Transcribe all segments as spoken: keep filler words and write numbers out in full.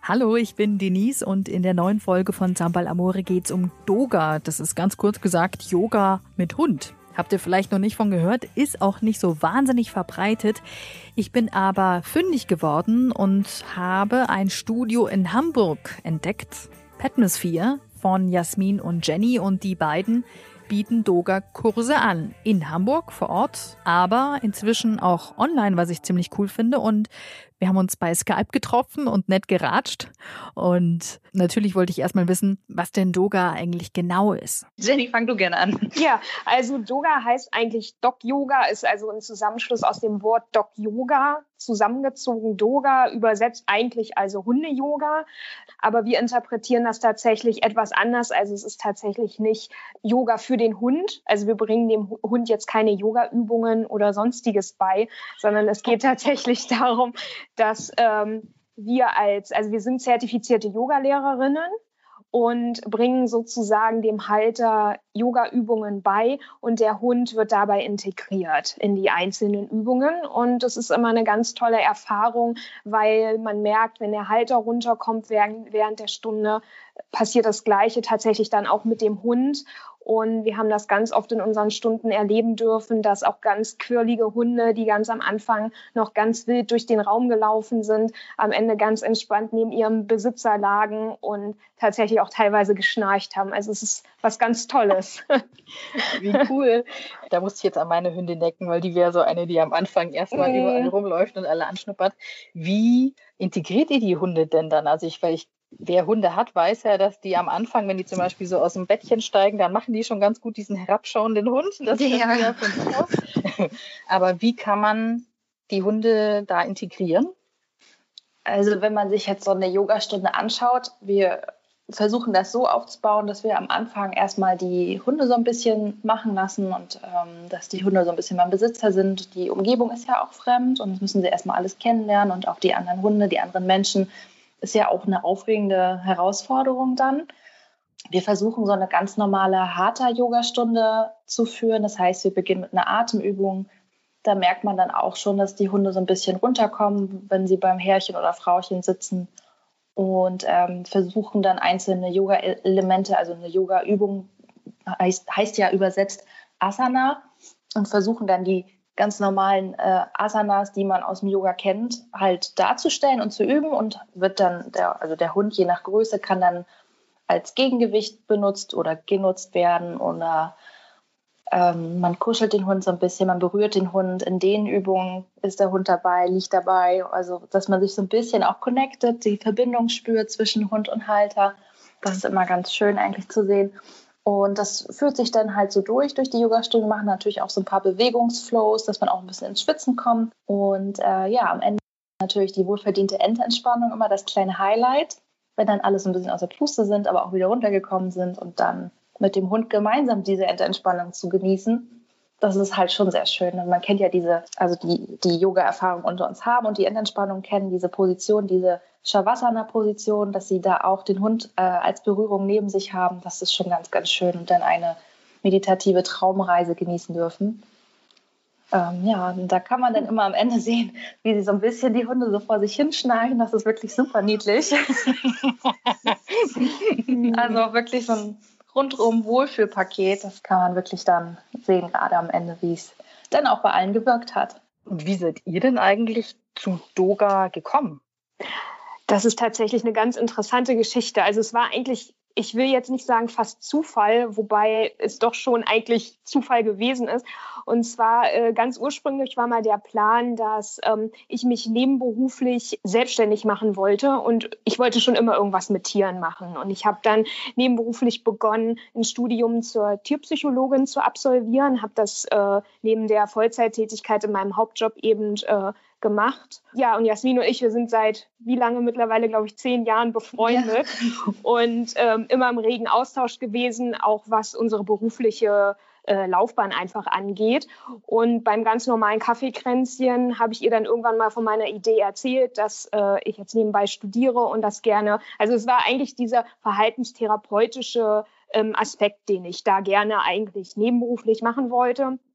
Hallo, ich bin Denise und in der neuen Folge von Sambal Amore geht's um Doga. Das ist ganz kurz gesagt Yoga mit Hund. Habt ihr vielleicht noch nicht von gehört, ist auch nicht so wahnsinnig verbreitet. Ich bin aber fündig geworden und habe ein Studio in Hamburg entdeckt. Petmosphere von Jasmin und Jenny, und die beiden bieten Doga-Kurse an. In Hamburg vor Ort, aber inzwischen auch online, was ich ziemlich cool finde. Und wir haben uns bei Skype getroffen und nett geratscht. Und natürlich wollte ich erstmal wissen, was denn Doga eigentlich genau ist. Jenny, fang du gerne an. Ja, also Doga heißt eigentlich Dog-Yoga, ist also ein Zusammenschluss aus dem Wort Dog-Yoga, zusammengezogen Doga, übersetzt eigentlich also Hunde-Yoga. Aber wir interpretieren das tatsächlich etwas anders. Also es ist tatsächlich nicht Yoga für den Hund. Also wir bringen dem Hund jetzt keine Yoga-Übungen oder sonstiges bei, sondern es geht tatsächlich darum, dass ähm, wir als, also wir sind zertifizierte Yoga-Lehrerinnen und bringen sozusagen dem Halter Yoga-Übungen bei, und der Hund wird dabei integriert in die einzelnen Übungen. Und das ist immer eine ganz tolle Erfahrung, weil man merkt, wenn der Halter runterkommt während, während der Stunde, passiert das Gleiche tatsächlich dann auch mit dem Hund. Und wir haben das ganz oft in unseren Stunden erleben dürfen, dass auch ganz quirlige Hunde, die ganz am Anfang noch ganz wild durch den Raum gelaufen sind, am Ende ganz entspannt neben ihrem Besitzer lagen und tatsächlich auch teilweise geschnarcht haben. Also es ist was ganz Tolles. Wie cool. Da musste ich jetzt an meine Hündin denken, weil die wäre so eine, die am Anfang erstmal mm. überall rumläuft und alle anschnuppert. Wie integriert ihr die Hunde denn dann? Also ich, weil ich Wer Hunde hat, weiß ja, dass die am Anfang, wenn die zum Beispiel so aus dem Bettchen steigen, dann machen die schon ganz gut diesen herabschauenden Hund. Das ja. Ja von sich aus. Aber wie kann man die Hunde da integrieren? Also wenn man sich jetzt so eine Yogastunde anschaut, wir versuchen das so aufzubauen, dass wir am Anfang erstmal die Hunde so ein bisschen machen lassen und ähm, dass die Hunde so ein bisschen beim Besitzer sind. Die Umgebung ist ja auch fremd und das müssen sie erstmal alles kennenlernen, und auch die anderen Hunde, die anderen Menschen. Ist ja auch eine aufregende Herausforderung dann. Wir versuchen so eine ganz normale Hatha-Yoga-Stunde zu führen. Das heißt, wir beginnen mit einer Atemübung. Da merkt man dann auch schon, dass die Hunde so ein bisschen runterkommen, wenn sie beim Herrchen oder Frauchen sitzen, und ähm, versuchen dann einzelne Yoga-Elemente, also eine Yoga-Übung heißt, heißt ja übersetzt Asana, und versuchen dann die ganz normalen äh, Asanas, die man aus dem Yoga kennt, halt darzustellen und zu üben, und wird dann, der, also der Hund je nach Größe kann dann als Gegengewicht benutzt oder genutzt werden, oder ähm, man kuschelt den Hund so ein bisschen, man berührt den Hund. In den Übungen ist der Hund dabei, liegt dabei, also dass man sich so ein bisschen auch connectet, die Verbindung spürt zwischen Hund und Halter. Das ist immer ganz schön eigentlich zu sehen. Und das führt sich dann halt so durch, durch die Yogastunde, machen natürlich auch so ein paar Bewegungsflows, dass man auch ein bisschen ins Schwitzen kommt. Und äh, ja, am Ende natürlich die wohlverdiente Endentspannung, immer das kleine Highlight, wenn dann alles ein bisschen aus der Puste sind, aber auch wieder runtergekommen sind, und dann mit dem Hund gemeinsam diese Endentspannung zu genießen. Das ist halt schon sehr schön. Und man kennt ja diese, also die, die Yoga-Erfahrung unter uns haben und die Endentspannung kennen, diese Position, diese Shavasana-Position, dass sie da auch den Hund äh, als Berührung neben sich haben. Das ist schon ganz, ganz schön, und dann eine meditative Traumreise genießen dürfen. Ähm, ja, und da kann man dann immer am Ende sehen, wie sie so ein bisschen die Hunde so vor sich hinschnarchen. Das ist wirklich super niedlich. Also wirklich so ein rundum Wohlfühlpaket. Das kann man wirklich dann sehen, gerade am Ende, wie es dann auch bei allen gewirkt hat. Und wie seid ihr denn eigentlich zu Doga gekommen? Das ist tatsächlich eine ganz interessante Geschichte. Also es war eigentlich, ich will jetzt nicht sagen fast Zufall, wobei es doch schon eigentlich Zufall gewesen ist. Und zwar äh, ganz ursprünglich war mal der Plan, dass ähm, ich mich nebenberuflich selbstständig machen wollte, und ich wollte schon immer irgendwas mit Tieren machen. Und ich habe dann nebenberuflich begonnen, ein Studium zur Tierpsychologin zu absolvieren, habe das äh, neben der Vollzeittätigkeit in meinem Hauptjob eben äh, gemacht. Ja, und Jasmin und ich, wir sind seit wie lange mittlerweile, glaube ich, zehn Jahren befreundet ja. und ähm, immer im regen Austausch gewesen, auch was unsere berufliche äh, Laufbahn einfach angeht. Und beim ganz normalen Kaffeekränzchen habe ich ihr dann irgendwann mal von meiner Idee erzählt, dass äh, ich jetzt nebenbei studiere und das gerne, also es war eigentlich dieser verhaltenstherapeutische ähm, Aspekt, den ich da gerne eigentlich nebenberuflich machen wollte.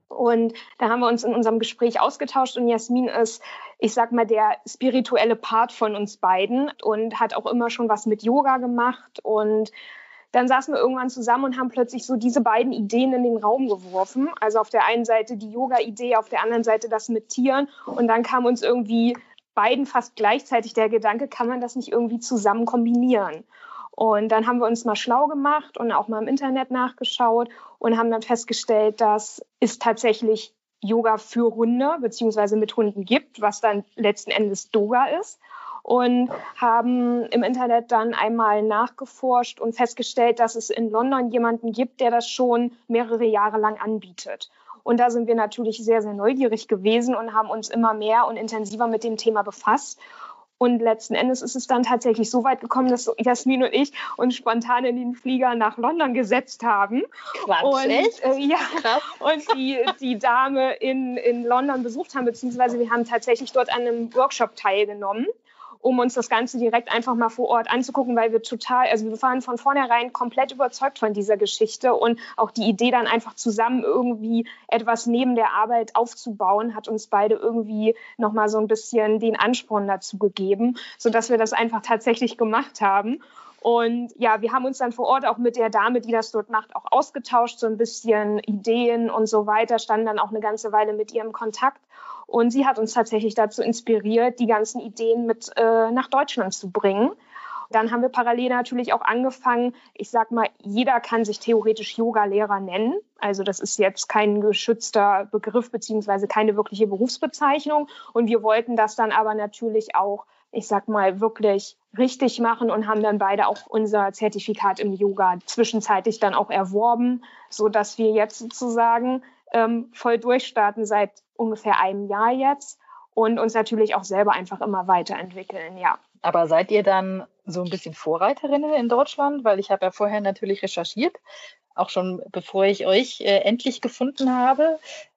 Und da haben wir uns in unserem Gespräch ausgetauscht und Jasmin ist, ich sag mal, der spirituelle Part von uns beiden und hat auch immer schon was mit Yoga gemacht. Und dann saßen wir irgendwann zusammen und haben plötzlich so diese beiden Ideen in den Raum geworfen. Also auf der einen Seite die Yoga-Idee, auf der anderen Seite das mit Tieren. Und dann kam uns irgendwie beiden fast gleichzeitig der Gedanke, kann man das nicht irgendwie zusammen kombinieren? Und dann haben wir uns mal schlau gemacht und auch mal im Internet nachgeschaut und haben dann festgestellt, dass es tatsächlich Yoga für Hunde beziehungsweise mit Hunden gibt, was dann letzten Endes Doga ist. Und haben im Internet dann einmal nachgeforscht und festgestellt, dass es in London jemanden gibt, der das schon mehrere Jahre lang anbietet. Und da sind wir natürlich sehr, sehr neugierig gewesen und haben uns immer mehr und intensiver mit dem Thema befasst. Und letzten Endes ist es dann tatsächlich so weit gekommen, dass Jasmin und ich uns spontan in den Flieger nach London gesetzt haben. Quatsch, und, echt? Äh, ja, Krass. und die, die Dame in, in London besucht haben, beziehungsweise wir haben tatsächlich dort an einem Workshop teilgenommen, um uns das Ganze direkt einfach mal vor Ort anzugucken, weil wir total, also wir waren von vornherein komplett überzeugt von dieser Geschichte und auch die Idee dann einfach zusammen irgendwie etwas neben der Arbeit aufzubauen, hat uns beide irgendwie nochmal so ein bisschen den Ansporn dazu gegeben, sodass wir das einfach tatsächlich gemacht haben. Und ja, wir haben uns dann vor Ort auch mit der Dame, die das dort macht, auch ausgetauscht, so ein bisschen Ideen und so weiter, standen dann auch eine ganze Weile mit ihr im Kontakt. Und sie hat uns tatsächlich dazu inspiriert, die ganzen Ideen mit äh, nach Deutschland zu bringen. Dann haben wir parallel natürlich auch angefangen, ich sag mal, jeder kann sich theoretisch Yoga-Lehrer nennen. Also das ist jetzt kein geschützter Begriff beziehungsweise keine wirkliche Berufsbezeichnung. Und wir wollten das dann aber natürlich auch, ich sag mal, wirklich richtig machen und haben dann beide auch unser Zertifikat im Yoga zwischenzeitlich dann auch erworben, sodass wir jetzt sozusagen ähm, voll durchstarten seit ungefähr einem Jahr jetzt und uns natürlich auch selber einfach immer weiterentwickeln, ja. Aber seid ihr dann so ein bisschen Vorreiterinnen in Deutschland? Weil ich habe ja vorher natürlich recherchiert, auch schon bevor ich euch äh, endlich gefunden habe.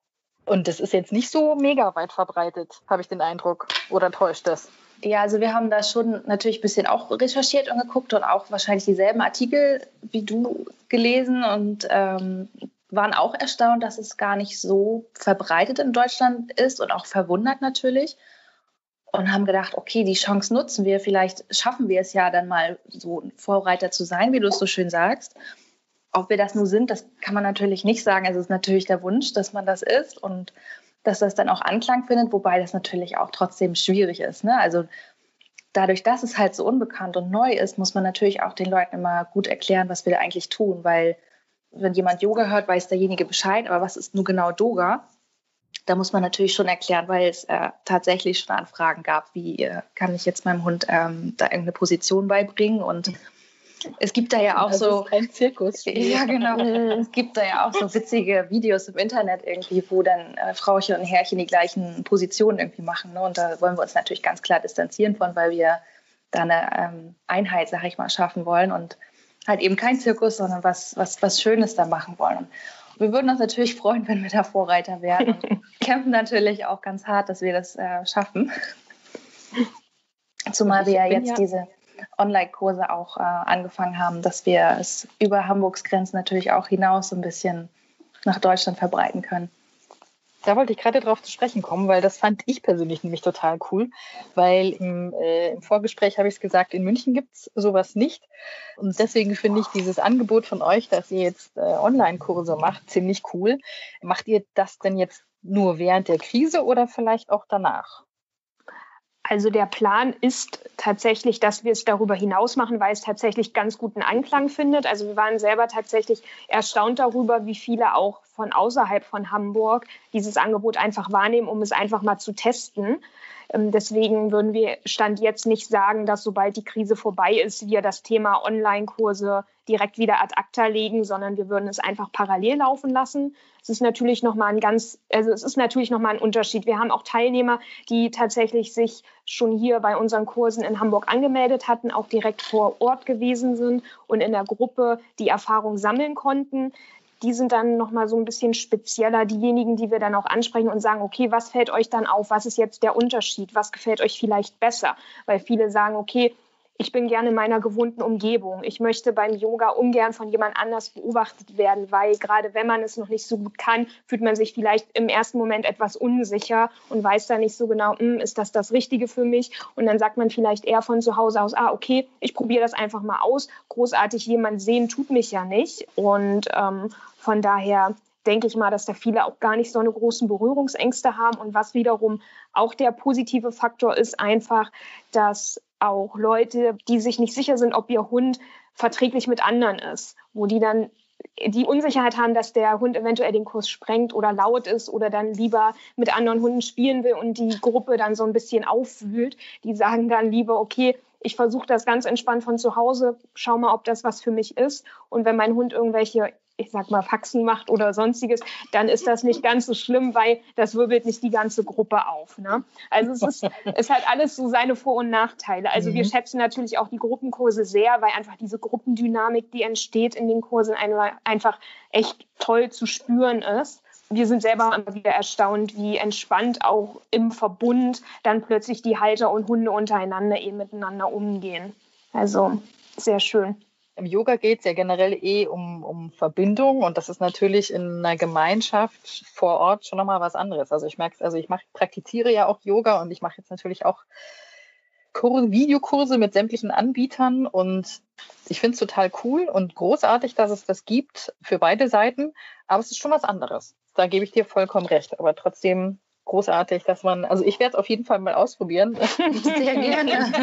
Und das ist jetzt nicht so mega weit verbreitet, habe ich den Eindruck. Oder täuscht das? Ja, also wir haben da schon natürlich ein bisschen auch recherchiert und geguckt und auch wahrscheinlich dieselben Artikel wie du gelesen und ähm, waren auch erstaunt, dass es gar nicht so verbreitet in Deutschland ist und auch verwundert natürlich. Und haben gedacht, okay, die Chance nutzen wir, vielleicht schaffen wir es ja dann mal so ein Vorreiter zu sein, wie du es so schön sagst. Ob wir das nun sind, das kann man natürlich nicht sagen. Also es ist natürlich der Wunsch, dass man das ist und dass das dann auch Anklang findet, wobei das natürlich auch trotzdem schwierig ist, ne? Also dadurch, dass es halt so unbekannt und neu ist, muss man natürlich auch den Leuten immer gut erklären, was wir da eigentlich tun, weil wenn jemand Yoga hört, weiß derjenige Bescheid, aber was ist nun genau Doga? Da muss man natürlich schon erklären, weil es äh, tatsächlich schon Anfragen gab, wie äh, kann ich jetzt meinem Hund ähm, da irgendeine Position beibringen und es gibt da ja auch also so ein Zirkus. Ja, genau. Es gibt da ja auch so witzige Videos im Internet irgendwie, wo dann äh, Frauchen und Herrchen die gleichen Positionen irgendwie machen. Ne? Und da wollen wir uns natürlich ganz klar distanzieren von, weil wir da eine ähm, Einheit, sag ich mal, schaffen wollen und halt eben kein Zirkus, sondern was, was, was Schönes da machen wollen. Und wir würden uns natürlich freuen, wenn wir da Vorreiter werden und kämpfen natürlich auch ganz hart, dass wir das äh, schaffen. Zumal wir ja jetzt ja diese Online-Kurse auch äh, angefangen haben, dass wir es über Hamburgs Grenzen natürlich auch hinaus so ein bisschen nach Deutschland verbreiten können. Da wollte ich gerade drauf zu sprechen kommen, weil das fand ich persönlich nämlich total cool, weil im, äh, im Vorgespräch habe ich es gesagt, in München gibt es sowas nicht und deswegen finde ich dieses Angebot von euch, dass ihr jetzt äh, Online-Kurse macht, ziemlich cool. Macht ihr das denn jetzt nur während der Krise oder vielleicht auch danach? Also der Plan ist tatsächlich, dass wir es darüber hinaus machen, weil es tatsächlich ganz guten Anklang findet. Also wir waren selber tatsächlich erstaunt darüber, wie viele auch von außerhalb von Hamburg dieses Angebot einfach wahrnehmen, um es einfach mal zu testen. Deswegen würden wir Stand jetzt nicht sagen, dass sobald die Krise vorbei ist, wir das Thema Online-Kurse direkt wieder ad acta legen, sondern wir würden es einfach parallel laufen lassen. Es ist natürlich nochmal ein ganz, also es ist natürlich nochmal ein Unterschied. Wir haben auch Teilnehmer, die tatsächlich sich schon hier bei unseren Kursen in Hamburg angemeldet hatten, auch direkt vor Ort gewesen sind und in der Gruppe die Erfahrung sammeln konnten. Die sind dann nochmal so ein bisschen spezieller, diejenigen, die wir dann auch ansprechen und sagen, okay, was fällt euch dann auf? Was ist jetzt der Unterschied? Was gefällt euch vielleicht besser? Weil viele sagen, okay, ich bin gerne in meiner gewohnten Umgebung. Ich möchte beim Yoga ungern von jemand anders beobachtet werden, weil gerade wenn man es noch nicht so gut kann, fühlt man sich vielleicht im ersten Moment etwas unsicher und weiß da nicht so genau, ist das das Richtige für mich? Und dann sagt man vielleicht eher von zu Hause aus, ah, okay, ich probiere das einfach mal aus. Großartig jemand sehen tut mich ja nicht. Und ähm, von daher denke ich mal, dass da viele auch gar nicht so eine großen Berührungsängste haben. Und was wiederum auch der positive Faktor ist, einfach, dass auch Leute, die sich nicht sicher sind, ob ihr Hund verträglich mit anderen ist, wo die dann die Unsicherheit haben, dass der Hund eventuell den Kurs sprengt oder laut ist oder dann lieber mit anderen Hunden spielen will und die Gruppe dann so ein bisschen aufwühlt. Die sagen dann lieber, okay, ich versuche das ganz entspannt von zu Hause, schau mal, ob das was für mich ist. Und wenn mein Hund irgendwelche, ich sag mal, Faxen macht oder sonstiges, dann ist das nicht ganz so schlimm, weil das wirbelt nicht die ganze Gruppe auf. Ne? Also es ist, es hat alles so seine Vor- und Nachteile. Also mhm. wir schätzen natürlich auch die Gruppenkurse sehr, weil einfach diese Gruppendynamik, die entsteht in den Kursen, einfach echt toll zu spüren ist. Wir sind selber immer wieder erstaunt, wie entspannt auch im Verbund dann plötzlich die Halter und Hunde untereinander eben miteinander umgehen. Also sehr schön. Im Yoga geht es ja generell eh um, um Verbindung und das ist natürlich in einer Gemeinschaft vor Ort schon nochmal was anderes. Also ich merke es, also ich mach, praktiziere ja auch Yoga und ich mache jetzt natürlich auch Kurse, Videokurse mit sämtlichen Anbietern und ich finde es total cool und großartig, dass es das gibt für beide Seiten, aber es ist schon was anderes. Da gebe ich dir vollkommen recht, aber trotzdem großartig, dass man, also ich werde es auf jeden Fall mal ausprobieren. Sehr gerne.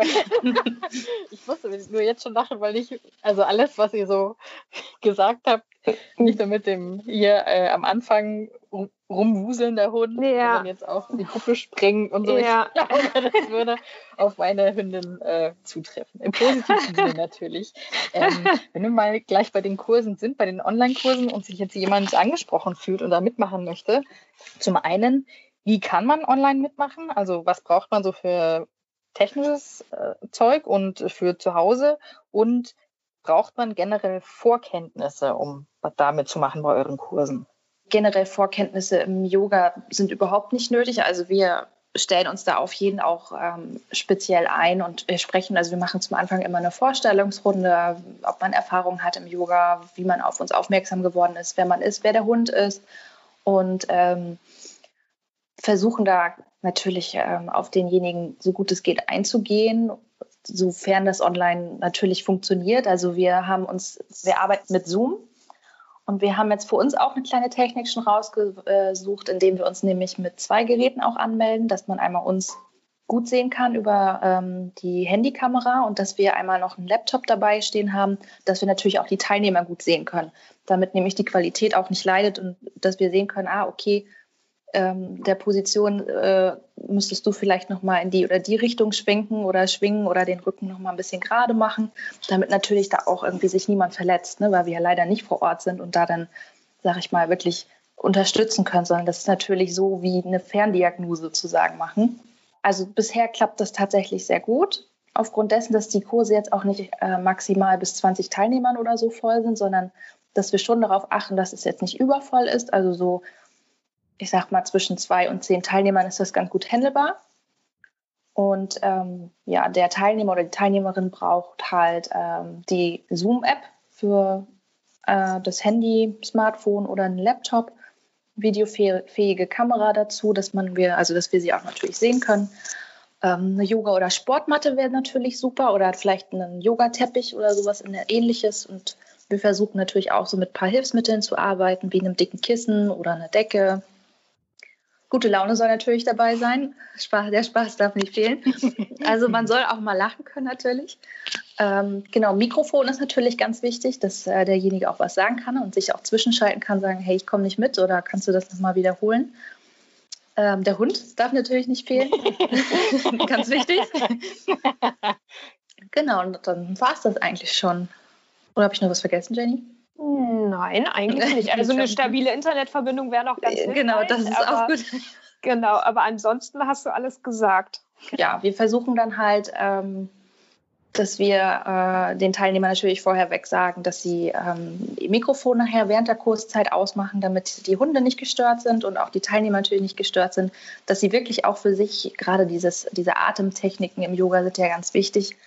Ich musste nur jetzt schon lachen, weil ich, also alles, was ihr so gesagt habt, nicht nur mit dem hier äh, am Anfang rumwuseln der Hund, ja. sondern jetzt auch die Gruppe sprengen und so. Ja. Ich glaube, das würde auf meine Hündin äh, zutreffen. Im positiven Sinne natürlich. Ähm, wenn wir mal gleich bei den Kursen sind, bei den Online-Kursen und sich jetzt jemand angesprochen fühlt und da mitmachen möchte, zum einen, wie kann man online mitmachen? Also was braucht man so für technisches äh, Zeug und für zu Hause? Und braucht man generell Vorkenntnisse, um da mitzumachen bei euren Kursen? Generell Vorkenntnisse im Yoga sind überhaupt nicht nötig. Also wir stellen uns da auf jeden auch ähm, speziell ein und wir sprechen, also wir machen zum Anfang immer eine Vorstellungsrunde, ob man Erfahrung hat im Yoga, wie man auf uns aufmerksam geworden ist, wer man ist, wer der Hund ist und ähm, versuchen da natürlich ähm, auf denjenigen, so gut es geht, einzugehen, sofern das online natürlich funktioniert. Also wir haben uns, wir arbeiten mit Zoom. Und wir haben jetzt für uns auch eine kleine Technik schon rausgesucht, indem wir uns nämlich mit zwei Geräten auch anmelden, dass man einmal uns gut sehen kann über ähm, die Handykamera und dass wir einmal noch einen Laptop dabei stehen haben, dass wir natürlich auch die Teilnehmer gut sehen können, damit nämlich die Qualität auch nicht leidet und dass wir sehen können, ah, okay, ähm, der Position äh, müsstest du vielleicht nochmal in die oder die Richtung schwenken oder schwingen oder den Rücken nochmal ein bisschen gerade machen, damit natürlich da auch irgendwie sich niemand verletzt, ne, weil wir ja leider nicht vor Ort sind und da dann, sag ich mal, wirklich unterstützen können, sondern das ist natürlich so wie eine Ferndiagnose sozusagen machen. Also bisher klappt das tatsächlich sehr gut, aufgrund dessen, dass die Kurse jetzt auch nicht äh, maximal bis zwanzig Teilnehmern oder so voll sind, sondern dass wir schon darauf achten, dass es jetzt nicht übervoll ist, also so ich sag mal, zwischen zwei und zehn Teilnehmern ist das ganz gut handelbar. Und ähm, ja, der Teilnehmer oder die Teilnehmerin braucht halt ähm, die Zoom-App für äh, das Handy, Smartphone oder einen Laptop, videofähige Kamera dazu, dass man wir, also dass wir sie auch natürlich sehen können. Ähm, eine Yoga- oder Sportmatte wäre natürlich super oder vielleicht einen Yogateppich oder sowas in der Ähnliches. Und wir versuchen natürlich auch so mit ein paar Hilfsmitteln zu arbeiten, wie einem dicken Kissen oder einer Decke. Gute Laune soll natürlich dabei sein. Spaß, der Spaß darf nicht fehlen. Also man soll auch mal lachen können natürlich. Ähm, genau, Mikrofon ist natürlich ganz wichtig, dass äh, derjenige auch was sagen kann und sich auch zwischenschalten kann, sagen, hey, ich komme nicht mit oder kannst du das nochmal wiederholen. Ähm, der Hund darf natürlich nicht fehlen. Ganz wichtig. Genau, und dann war es das eigentlich schon. Oder habe ich noch was vergessen, Jenny? Nein, eigentlich nicht. Also eine stabile Internetverbindung wäre noch ganz hilfreich. Genau, das ist aber, auch gut. Genau, aber ansonsten hast du alles gesagt. Ja, wir versuchen dann halt, ähm, dass wir äh, den Teilnehmern natürlich vorher wegsagen, dass sie ähm, die Mikrofone nachher während der Kurszeit ausmachen, damit die Hunde nicht gestört sind und auch die Teilnehmer natürlich nicht gestört sind, dass sie wirklich auch für sich, gerade dieses, diese Atemtechniken im Yoga sind ja ganz wichtig,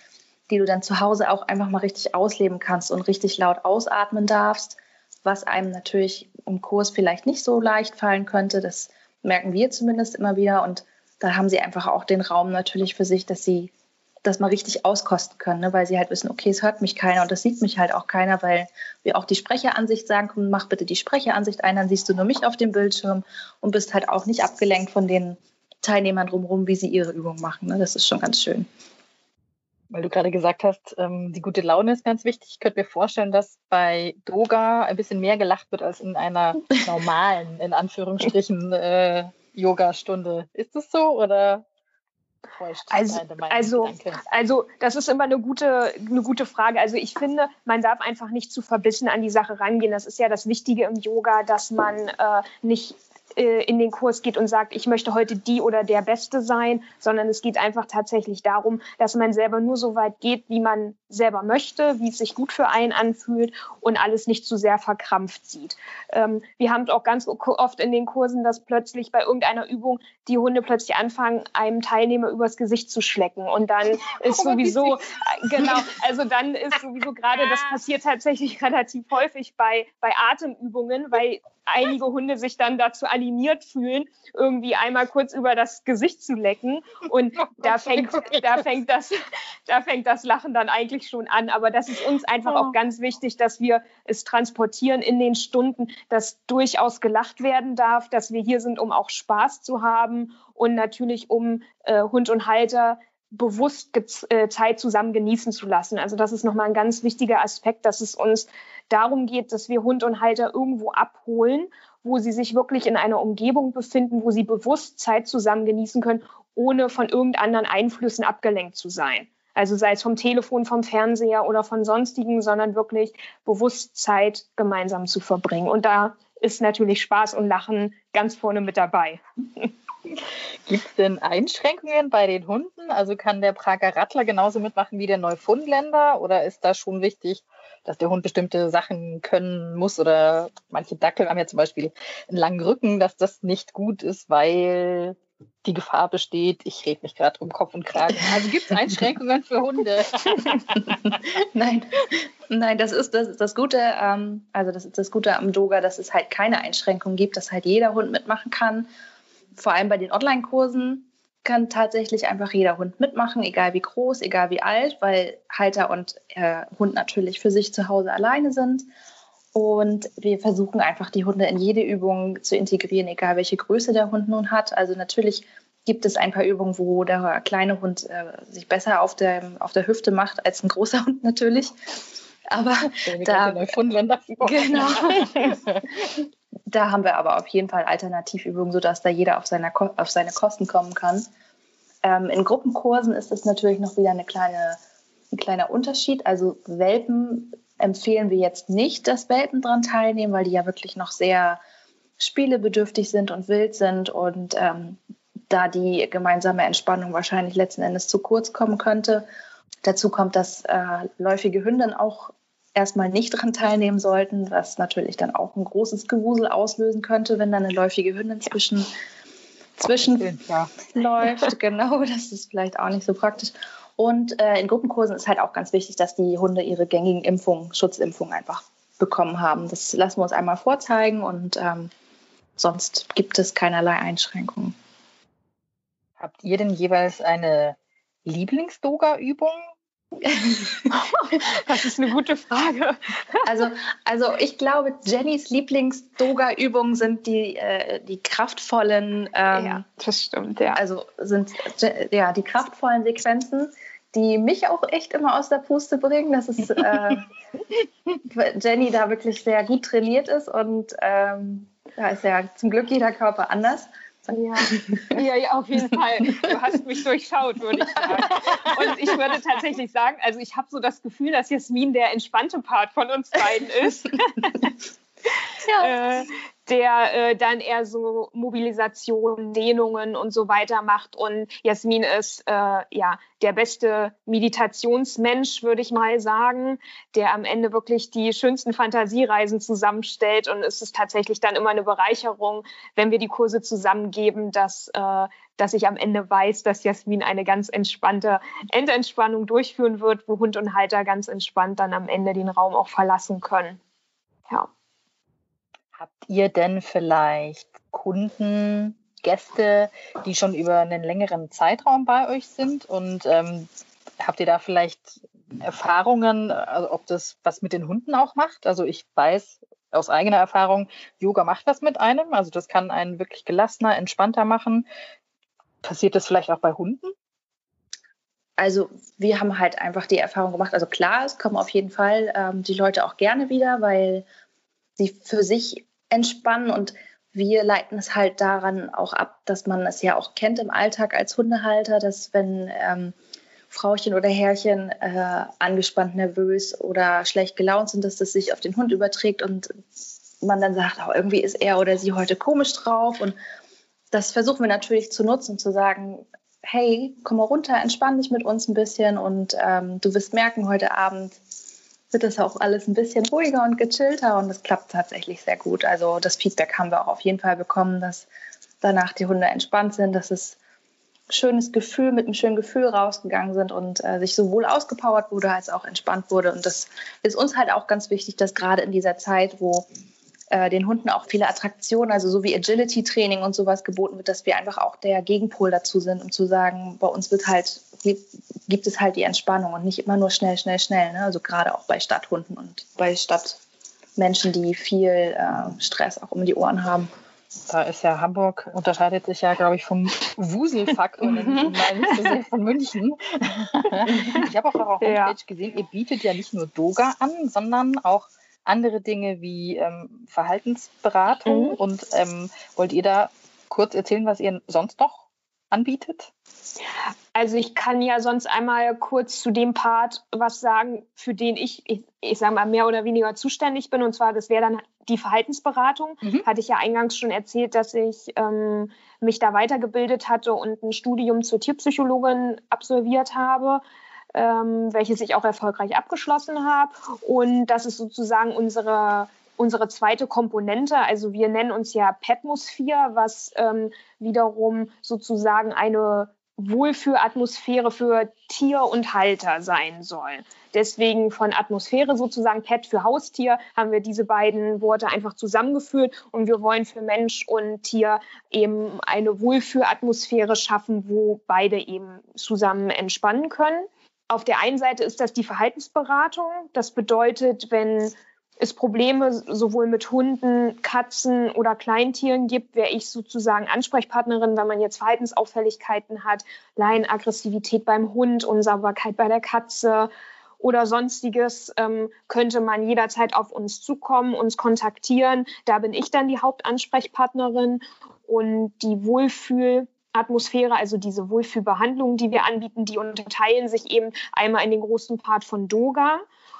die du dann zu Hause auch einfach mal richtig ausleben kannst und richtig laut ausatmen darfst, was einem natürlich im Kurs vielleicht nicht so leicht fallen könnte. Das merken wir zumindest immer wieder. Und da haben sie einfach auch den Raum natürlich für sich, dass sie das mal richtig auskosten können, ne? Weil sie halt wissen, okay, es hört mich keiner und das sieht mich halt auch keiner, weil wir auch die Sprecheransicht sagen, komm, mach bitte die Sprecheransicht ein, dann siehst du nur mich auf dem Bildschirm und bist halt auch nicht abgelenkt von den Teilnehmern drumherum, wie sie ihre Übung machen. Ne? Das ist schon ganz schön. Weil du gerade gesagt hast, ähm, die gute Laune ist ganz wichtig. Ich könnte mir vorstellen, dass bei Doga ein bisschen mehr gelacht wird als in einer normalen, in Anführungsstrichen, äh, Yoga-Stunde. Ist das so oder täuscht Also, meine also, Gedanke? also das ist immer eine gute, eine gute Frage. Also ich finde, man darf einfach nicht zu verbissen an die Sache rangehen. Das ist ja das Wichtige im Yoga, dass man äh, nicht in den Kurs geht und sagt, ich möchte heute die oder der Beste sein, sondern es geht einfach tatsächlich darum, dass man selber nur so weit geht, wie man selber möchte, wie es sich gut für einen anfühlt und alles nicht zu sehr verkrampft sieht. Ähm, wir haben es auch ganz oft in den Kursen, dass plötzlich bei irgendeiner Übung die Hunde plötzlich anfangen, einem Teilnehmer übers Gesicht zu schlecken und dann ist sowieso, genau, also dann ist sowieso gerade, das passiert tatsächlich relativ häufig bei, bei Atemübungen, weil einige Hunde sich dann dazu animiert fühlen, irgendwie einmal kurz über das Gesicht zu lecken. Und da fängt, da fängt das, da fängt das Lachen dann eigentlich schon an. Aber das ist uns einfach auch ganz wichtig, dass wir es transportieren in den Stunden, dass durchaus gelacht werden darf, dass wir hier sind, um auch Spaß zu haben und natürlich um äh, Hund und Halter bewusst äh, Zeit zusammen genießen zu lassen. Also das ist nochmal ein ganz wichtiger Aspekt, dass es uns darum geht, dass wir Hund und Halter irgendwo abholen, wo sie sich wirklich in einer Umgebung befinden, wo sie bewusst Zeit zusammen genießen können, ohne von irgendeinen Einflüssen abgelenkt zu sein. Also sei es vom Telefon, vom Fernseher oder von sonstigen, sondern wirklich bewusst Zeit gemeinsam zu verbringen. Und da ist natürlich Spaß und Lachen ganz vorne mit dabei. Gibt es denn Einschränkungen bei den Hunden? Also kann der Prager Rattler genauso mitmachen wie der Neufundländer? Oder ist da schon wichtig, dass der Hund bestimmte Sachen können muss? Oder manche Dackel haben ja zum Beispiel einen langen Rücken, dass das nicht gut ist, weil die Gefahr besteht, ich rede mich gerade um Kopf und Kragen. Also gibt es Einschränkungen für Hunde? Nein, nein, das ist das, ist das Gute, ähm, also das ist das Gute am Doga, dass es halt keine Einschränkungen gibt, dass halt jeder Hund mitmachen kann. Vor allem bei den Online-Kursen kann tatsächlich einfach jeder Hund mitmachen, egal wie groß, egal wie alt, weil Halter und äh, Hund natürlich für sich zu Hause alleine sind. Und wir versuchen einfach, die Hunde in jede Übung zu integrieren, egal welche Größe der Hund nun hat. Also natürlich gibt es ein paar Übungen, wo der kleine Hund äh, sich besser auf der, auf der Hüfte macht als ein großer Hund natürlich. Aber da, genau. Da haben wir aber auf jeden Fall Alternativübungen, sodass da jeder auf, seiner, auf seine Kosten kommen kann. Ähm, in Gruppenkursen ist das natürlich noch wieder eine kleine, ein kleiner Unterschied. Also Welpen empfehlen wir jetzt nicht, dass Welpen daran teilnehmen, weil die ja wirklich noch sehr spielebedürftig sind und wild sind und ähm, da die gemeinsame Entspannung wahrscheinlich letzten Endes zu kurz kommen könnte. Dazu kommt, dass äh, läufige Hündinnen auch erstmal nicht daran teilnehmen sollten, was natürlich dann auch ein großes Gewusel auslösen könnte, wenn dann eine läufige Hündin zwischen, zwischen ja. läuft. Genau, das ist vielleicht auch nicht so praktisch. Und äh, in Gruppenkursen ist halt auch ganz wichtig, dass die Hunde ihre gängigen Impfungen, Schutzimpfungen einfach bekommen haben. Das lassen wir uns einmal vorzeigen und ähm, sonst gibt es keinerlei Einschränkungen. Habt ihr denn jeweils eine Lieblings-Doga-Übung? Das ist eine gute Frage. Also, also ich glaube, Jennys Lieblings-Doga-Übungen sind die, äh, die kraftvollen, ähm, ja, das stimmt, ja. Also sind ja die kraftvollen Sequenzen, die mich auch echt immer aus der Puste bringen. Das ist äh, Jenny da wirklich sehr gut trainiert ist und ähm, da ist ja zum Glück jeder Körper anders. Ja. ja, ja, auf jeden Fall. Du hast mich durchschaut, würde ich sagen. Und ich würde tatsächlich sagen, also ich habe so das Gefühl, dass Jasmin der entspannte Part von uns beiden ist. Ja. äh, der äh, dann eher so Mobilisation, Dehnungen und so weiter macht. Und Jasmin ist äh, ja der beste Meditationsmensch, würde ich mal sagen, der am Ende wirklich die schönsten Fantasiereisen zusammenstellt. Und es ist tatsächlich dann immer eine Bereicherung, wenn wir die Kurse zusammengeben, dass, äh, dass ich am Ende weiß, dass Jasmin eine ganz entspannte Endentspannung durchführen wird, wo Hund und Halter ganz entspannt dann am Ende den Raum auch verlassen können. Ja. Habt ihr denn vielleicht Kunden, Gäste, die schon über einen längeren Zeitraum bei euch sind? Und ähm, habt ihr da vielleicht Erfahrungen, also ob das was mit den Hunden auch macht? Also ich weiß aus eigener Erfahrung, Yoga macht was mit einem. Also das kann einen wirklich gelassener, entspannter machen. Passiert das vielleicht auch bei Hunden? Also wir haben halt einfach die Erfahrung gemacht, also klar, es kommen auf jeden Fall ähm, die Leute auch gerne wieder, weil sie für sich entspannen und wir leiten es halt daran auch ab, dass man es ja auch kennt im Alltag als Hundehalter, dass wenn ähm, Frauchen oder Herrchen äh, angespannt, nervös oder schlecht gelaunt sind, dass das sich auf den Hund überträgt und man dann sagt, oh, irgendwie ist er oder sie heute komisch drauf. Und das versuchen wir natürlich zu nutzen, zu sagen, hey, komm mal runter, entspann dich mit uns ein bisschen und ähm, du wirst merken, heute Abend wird das auch alles ein bisschen ruhiger und gechillter und das klappt tatsächlich sehr gut. Also das Feedback haben wir auch auf jeden Fall bekommen, dass danach die Hunde entspannt sind, dass es ein schönes Gefühl, mit einem schönen Gefühl rausgegangen sind und äh, sich sowohl ausgepowert wurde, als auch entspannt wurde. Und das ist uns halt auch ganz wichtig, dass gerade in dieser Zeit, wo äh, den Hunden auch viele Attraktionen, also so wie Agility-Training und sowas geboten wird, dass wir einfach auch der Gegenpol dazu sind, um zu sagen, bei uns wird halt gibt es halt die Entspannung und nicht immer nur schnell, schnell, schnell. Ne? Also gerade auch bei Stadthunden und bei Stadtmenschen, die viel äh, Stress auch um die Ohren haben. Da ist ja Hamburg, unterscheidet sich ja, glaube ich, vom Wuselfaktor, nenne ich ihn mal, nicht so sehr von München. Ich habe auch auf eurer Homepage ja. gesehen, ihr bietet ja nicht nur Yoga an, sondern auch andere Dinge wie ähm, Verhaltensberatung. Mhm. Und ähm, wollt ihr da kurz erzählen, was ihr sonst noch anbietet? Also ich kann ja sonst einmal kurz zu dem Part was sagen, für den ich, ich, ich sage mal, mehr oder weniger zuständig bin. Und zwar, das wäre dann die Verhaltensberatung. Mhm. Hatte ich ja eingangs schon erzählt, dass ich ähm, mich da weitergebildet hatte und ein Studium zur Tierpsychologin absolviert habe, ähm, welches ich auch erfolgreich abgeschlossen habe. Und das ist sozusagen unsere unsere zweite Komponente. Also wir nennen uns ja Petmosphere, was ähm, wiederum sozusagen eine Wohlfühlatmosphäre für Tier und Halter sein soll. Deswegen von Atmosphäre sozusagen Pet für Haustier haben wir diese beiden Worte einfach zusammengeführt und wir wollen für Mensch und Tier eben eine Wohlfühlatmosphäre schaffen, wo beide eben zusammen entspannen können. Auf der einen Seite ist das die Verhaltensberatung. Das bedeutet, wenn es Probleme sowohl mit Hunden, Katzen oder Kleintieren gibt, wäre ich sozusagen Ansprechpartnerin, wenn man jetzt Verhaltensauffälligkeiten hat, Laienaggressivität beim Hund, Unsauberkeit bei der Katze oder sonstiges, ähm, könnte man jederzeit auf uns zukommen, uns kontaktieren. Da bin ich dann die Hauptansprechpartnerin und die Wohlfühlatmosphäre, also diese Wohlfühlbehandlungen, die wir anbieten, die unterteilen sich eben einmal in den großen Part von Yoga.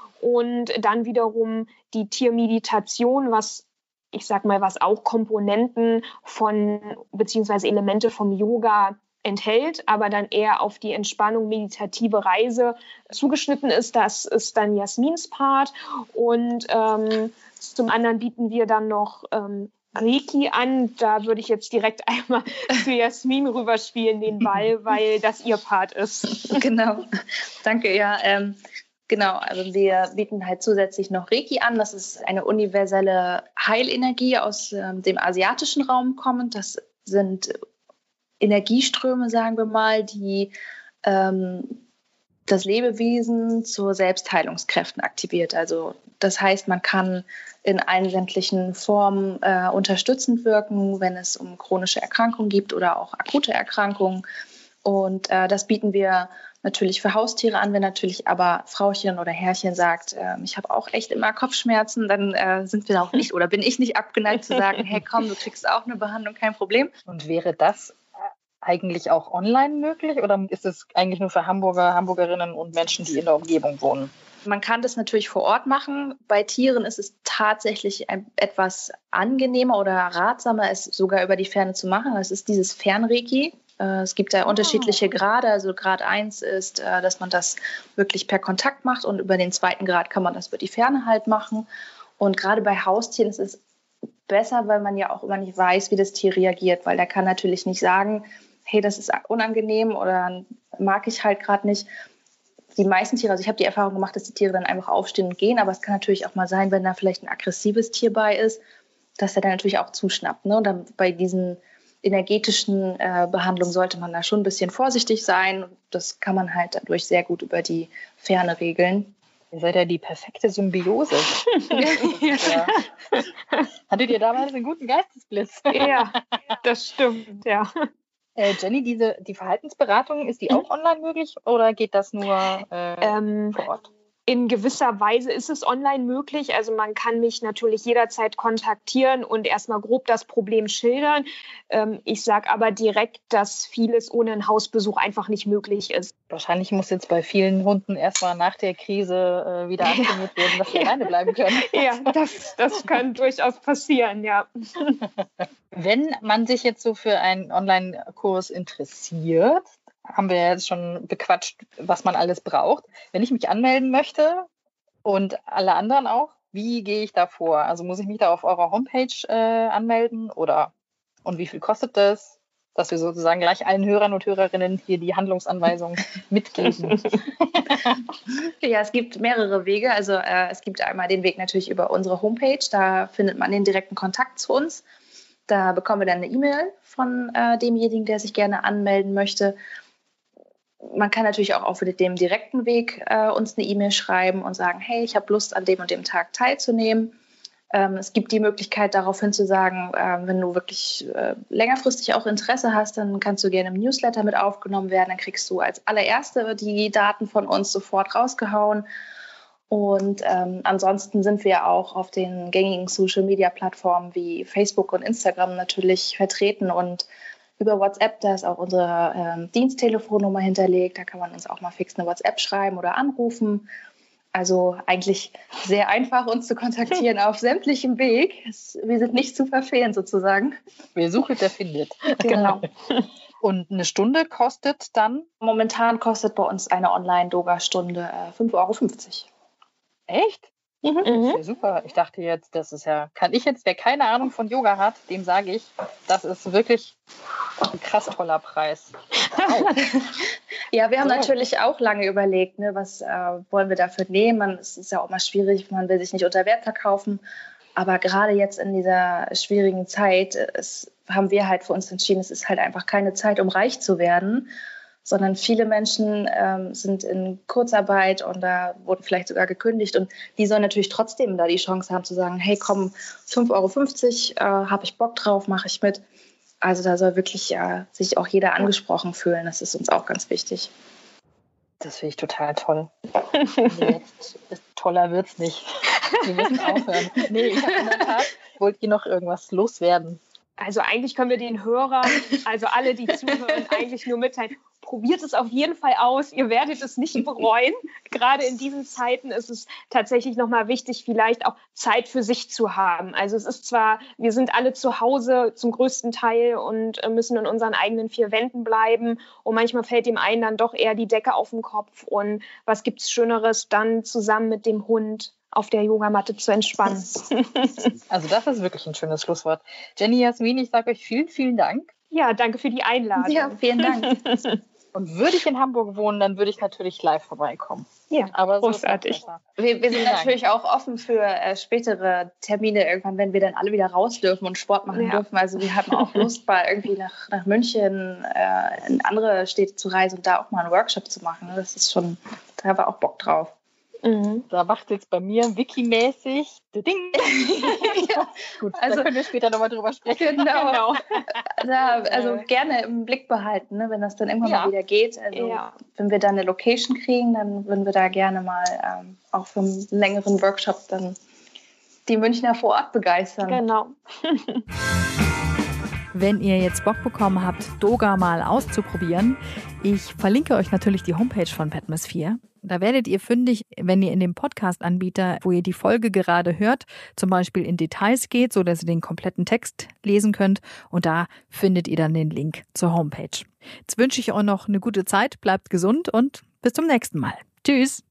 Und dann wiederum die Tiermeditation, was ich sag mal, was auch Komponenten von beziehungsweise Elemente vom Yoga enthält, aber dann eher auf die Entspannung, meditative Reise zugeschnitten ist. Das ist dann Jasmins Part. Und ähm, zum anderen bieten wir dann noch ähm, Reiki an. Da würde ich jetzt direkt einmal zu Jasmin rüberspielen, den Ball, weil das ihr Part ist. Genau. Danke, ja. Ähm Genau, also wir bieten halt zusätzlich noch Reiki an. Das ist eine universelle Heilenergie aus ähm, dem asiatischen Raum kommend. Das sind Energieströme, sagen wir mal, die ähm, das Lebewesen zu Selbstheilungskräften aktiviert. Also das heißt, man kann in allen sämtlichen Formen äh, unterstützend wirken, wenn es um chronische Erkrankungen gibt oder auch akute Erkrankungen. Und äh, das bieten wir natürlich für Haustiere an. Wenn natürlich aber Frauchen oder Herrchen sagt, äh, ich habe auch echt immer Kopfschmerzen, dann äh, sind wir auch nicht oder bin ich nicht abgeneigt zu sagen, hey komm, du kriegst auch eine Behandlung, kein Problem. Und wäre das eigentlich auch online möglich oder ist es eigentlich nur für Hamburger, Hamburgerinnen und Menschen, die in der Umgebung wohnen? Man kann das natürlich vor Ort machen. Bei Tieren ist es tatsächlich ein, etwas angenehmer oder ratsamer, es sogar über die Ferne zu machen. Das ist dieses Fernreiki. Es gibt da unterschiedliche Grade. Also Grad eins ist, dass man das wirklich per Kontakt macht und über den zweiten Grad kann man das über die Ferne halt machen. Und gerade bei Haustieren ist es besser, weil man ja auch immer nicht weiß, wie das Tier reagiert, weil der kann natürlich nicht sagen, hey, das ist unangenehm oder mag ich halt gerade nicht. Die meisten Tiere, also ich habe die Erfahrung gemacht, dass die Tiere dann einfach aufstehen und gehen, aber es kann natürlich auch mal sein, wenn da vielleicht ein aggressives Tier bei ist, dass der dann natürlich auch zuschnappt. Ne? Und dann bei diesen energetischen äh, Behandlungen sollte man da schon ein bisschen vorsichtig sein. Das kann man halt dadurch sehr gut über die Ferne regeln. Ihr seid ja die perfekte Symbiose. Ja. Hattet ihr damals einen guten Geistesblitz? Ja, das stimmt, ja. Äh, Jenny, diese, die Verhaltensberatung, ist die auch online möglich oder geht das nur äh, ähm, vor Ort? In gewisser Weise ist es online möglich. Also man kann mich natürlich jederzeit kontaktieren und erstmal grob das Problem schildern. Ähm, ich sage aber direkt, dass vieles ohne einen Hausbesuch einfach nicht möglich ist. Wahrscheinlich muss jetzt bei vielen Hunden erstmal nach der Krise äh, wieder aktiviert werden, dass sie ja. alleine bleiben können. Ja, das, das kann durchaus passieren, ja. Wenn man sich jetzt so für einen Online-Kurs interessiert, haben wir jetzt schon bequatscht, was man alles braucht. Wenn ich mich anmelden möchte und alle anderen auch, wie gehe ich da vor? Also muss ich mich da auf eurer Homepage äh, anmelden oder und wie viel kostet das? Dass wir sozusagen gleich allen Hörern und Hörerinnen hier die Handlungsanweisung mitgeben. Ja, es gibt mehrere Wege. Also äh, es gibt einmal den Weg natürlich über unsere Homepage. Da findet man den direkten Kontakt zu uns. Da bekommen wir dann eine E-Mail von äh, demjenigen, der sich gerne anmelden möchte. Man kann natürlich auch auf dem direkten Weg äh, uns eine E-Mail schreiben und sagen, hey, ich habe Lust, an dem und dem Tag teilzunehmen. Ähm, es gibt die Möglichkeit, daraufhin zu sagen, äh, wenn du wirklich äh, längerfristig auch Interesse hast, dann kannst du gerne im Newsletter mit aufgenommen werden. Dann kriegst du als allererste die Daten von uns sofort rausgehauen. Und ähm, ansonsten sind wir auch auf den gängigen Social-Media-Plattformen wie Facebook und Instagram natürlich vertreten und über WhatsApp, da ist auch unsere ähm, Diensttelefonnummer hinterlegt. Da kann man uns auch mal fix eine WhatsApp schreiben oder anrufen. Also eigentlich sehr einfach, uns zu kontaktieren auf sämtlichem Weg. Es, wir sind nicht zu verfehlen sozusagen. Wer sucht, der findet. Genau. Und eine Stunde kostet dann? Momentan kostet bei uns eine Online-Doga-Stunde äh, fünf Euro fünfzig. Echt? Mhm. Das ist ja super. Ich dachte jetzt, das ist ja, kann ich jetzt, wer keine Ahnung von Yoga hat, dem sage ich, das ist wirklich ein krass toller Preis. Wow. Ja, wir haben so. natürlich auch lange überlegt, ne, was äh, wollen wir dafür nehmen. Es ist ja auch mal schwierig, man will sich nicht unter Wert verkaufen. Aber gerade jetzt in dieser schwierigen Zeit es, haben wir halt für uns entschieden, es ist halt einfach keine Zeit, um reich zu werden, sondern viele Menschen ähm, sind in Kurzarbeit und da wurden vielleicht sogar gekündigt und die sollen natürlich trotzdem da die Chance haben zu sagen, hey komm, fünf Euro fünfzig, äh, habe ich Bock drauf, mache ich mit. Also da soll wirklich äh, sich auch jeder angesprochen fühlen, das ist uns auch ganz wichtig. Das finde ich total toll. Jetzt ist, toller wird's nicht. Wir müssen aufhören. Nee, ich habe in der Tat, wollt ihr noch irgendwas loswerden? Also eigentlich können wir den Hörern, also alle, die zuhören, eigentlich nur mitteilen, probiert es auf jeden Fall aus. Ihr werdet es nicht bereuen. Gerade in diesen Zeiten ist es tatsächlich nochmal wichtig, vielleicht auch Zeit für sich zu haben. Also es ist zwar, wir sind alle zu Hause zum größten Teil und müssen in unseren eigenen vier Wänden bleiben. Und manchmal fällt dem einen dann doch eher die Decke auf den Kopf. Und was gibt's Schöneres, dann zusammen mit dem Hund auf der Yogamatte zu entspannen. Also das ist wirklich ein schönes Schlusswort. Jenny, Jasmin, ich sage euch vielen, vielen Dank. Ja, danke für die Einladung. Ja, vielen Dank. Und würde ich in Hamburg wohnen, dann würde ich natürlich live vorbeikommen. Ja, aber so großartig. Wir, wir sind natürlich auch offen für äh, spätere Termine irgendwann, wenn wir dann alle wieder raus dürfen und Sport machen ja. dürfen. Also wir haben auch Lust, mal irgendwie nach, nach München äh, in andere Städte zu reisen und da auch mal einen Workshop zu machen. Das ist schon, da haben wir auch Bock drauf. Mhm. Da macht jetzt bei mir Wiki-mäßig Ding. Ja. Gut, also, da können wir später nochmal drüber sprechen. Genau. genau. Da, also gerne im Blick behalten, ne, wenn das dann irgendwann ja. mal wieder geht. Also ja. wenn wir dann eine Location kriegen, dann würden wir da gerne mal ähm, auch für einen längeren Workshop dann die Münchner vor Ort begeistern. Genau. wenn ihr jetzt Bock bekommen habt, Doga mal auszuprobieren. Ich verlinke euch natürlich die Homepage von Padmas vier. Da werdet ihr fündig, wenn ihr in dem Podcast-Anbieter, wo ihr die Folge gerade hört, zum Beispiel in Details geht, so dass ihr den kompletten Text lesen könnt. Und da findet ihr dann den Link zur Homepage. Jetzt wünsche ich euch noch eine gute Zeit, bleibt gesund und bis zum nächsten Mal. Tschüss!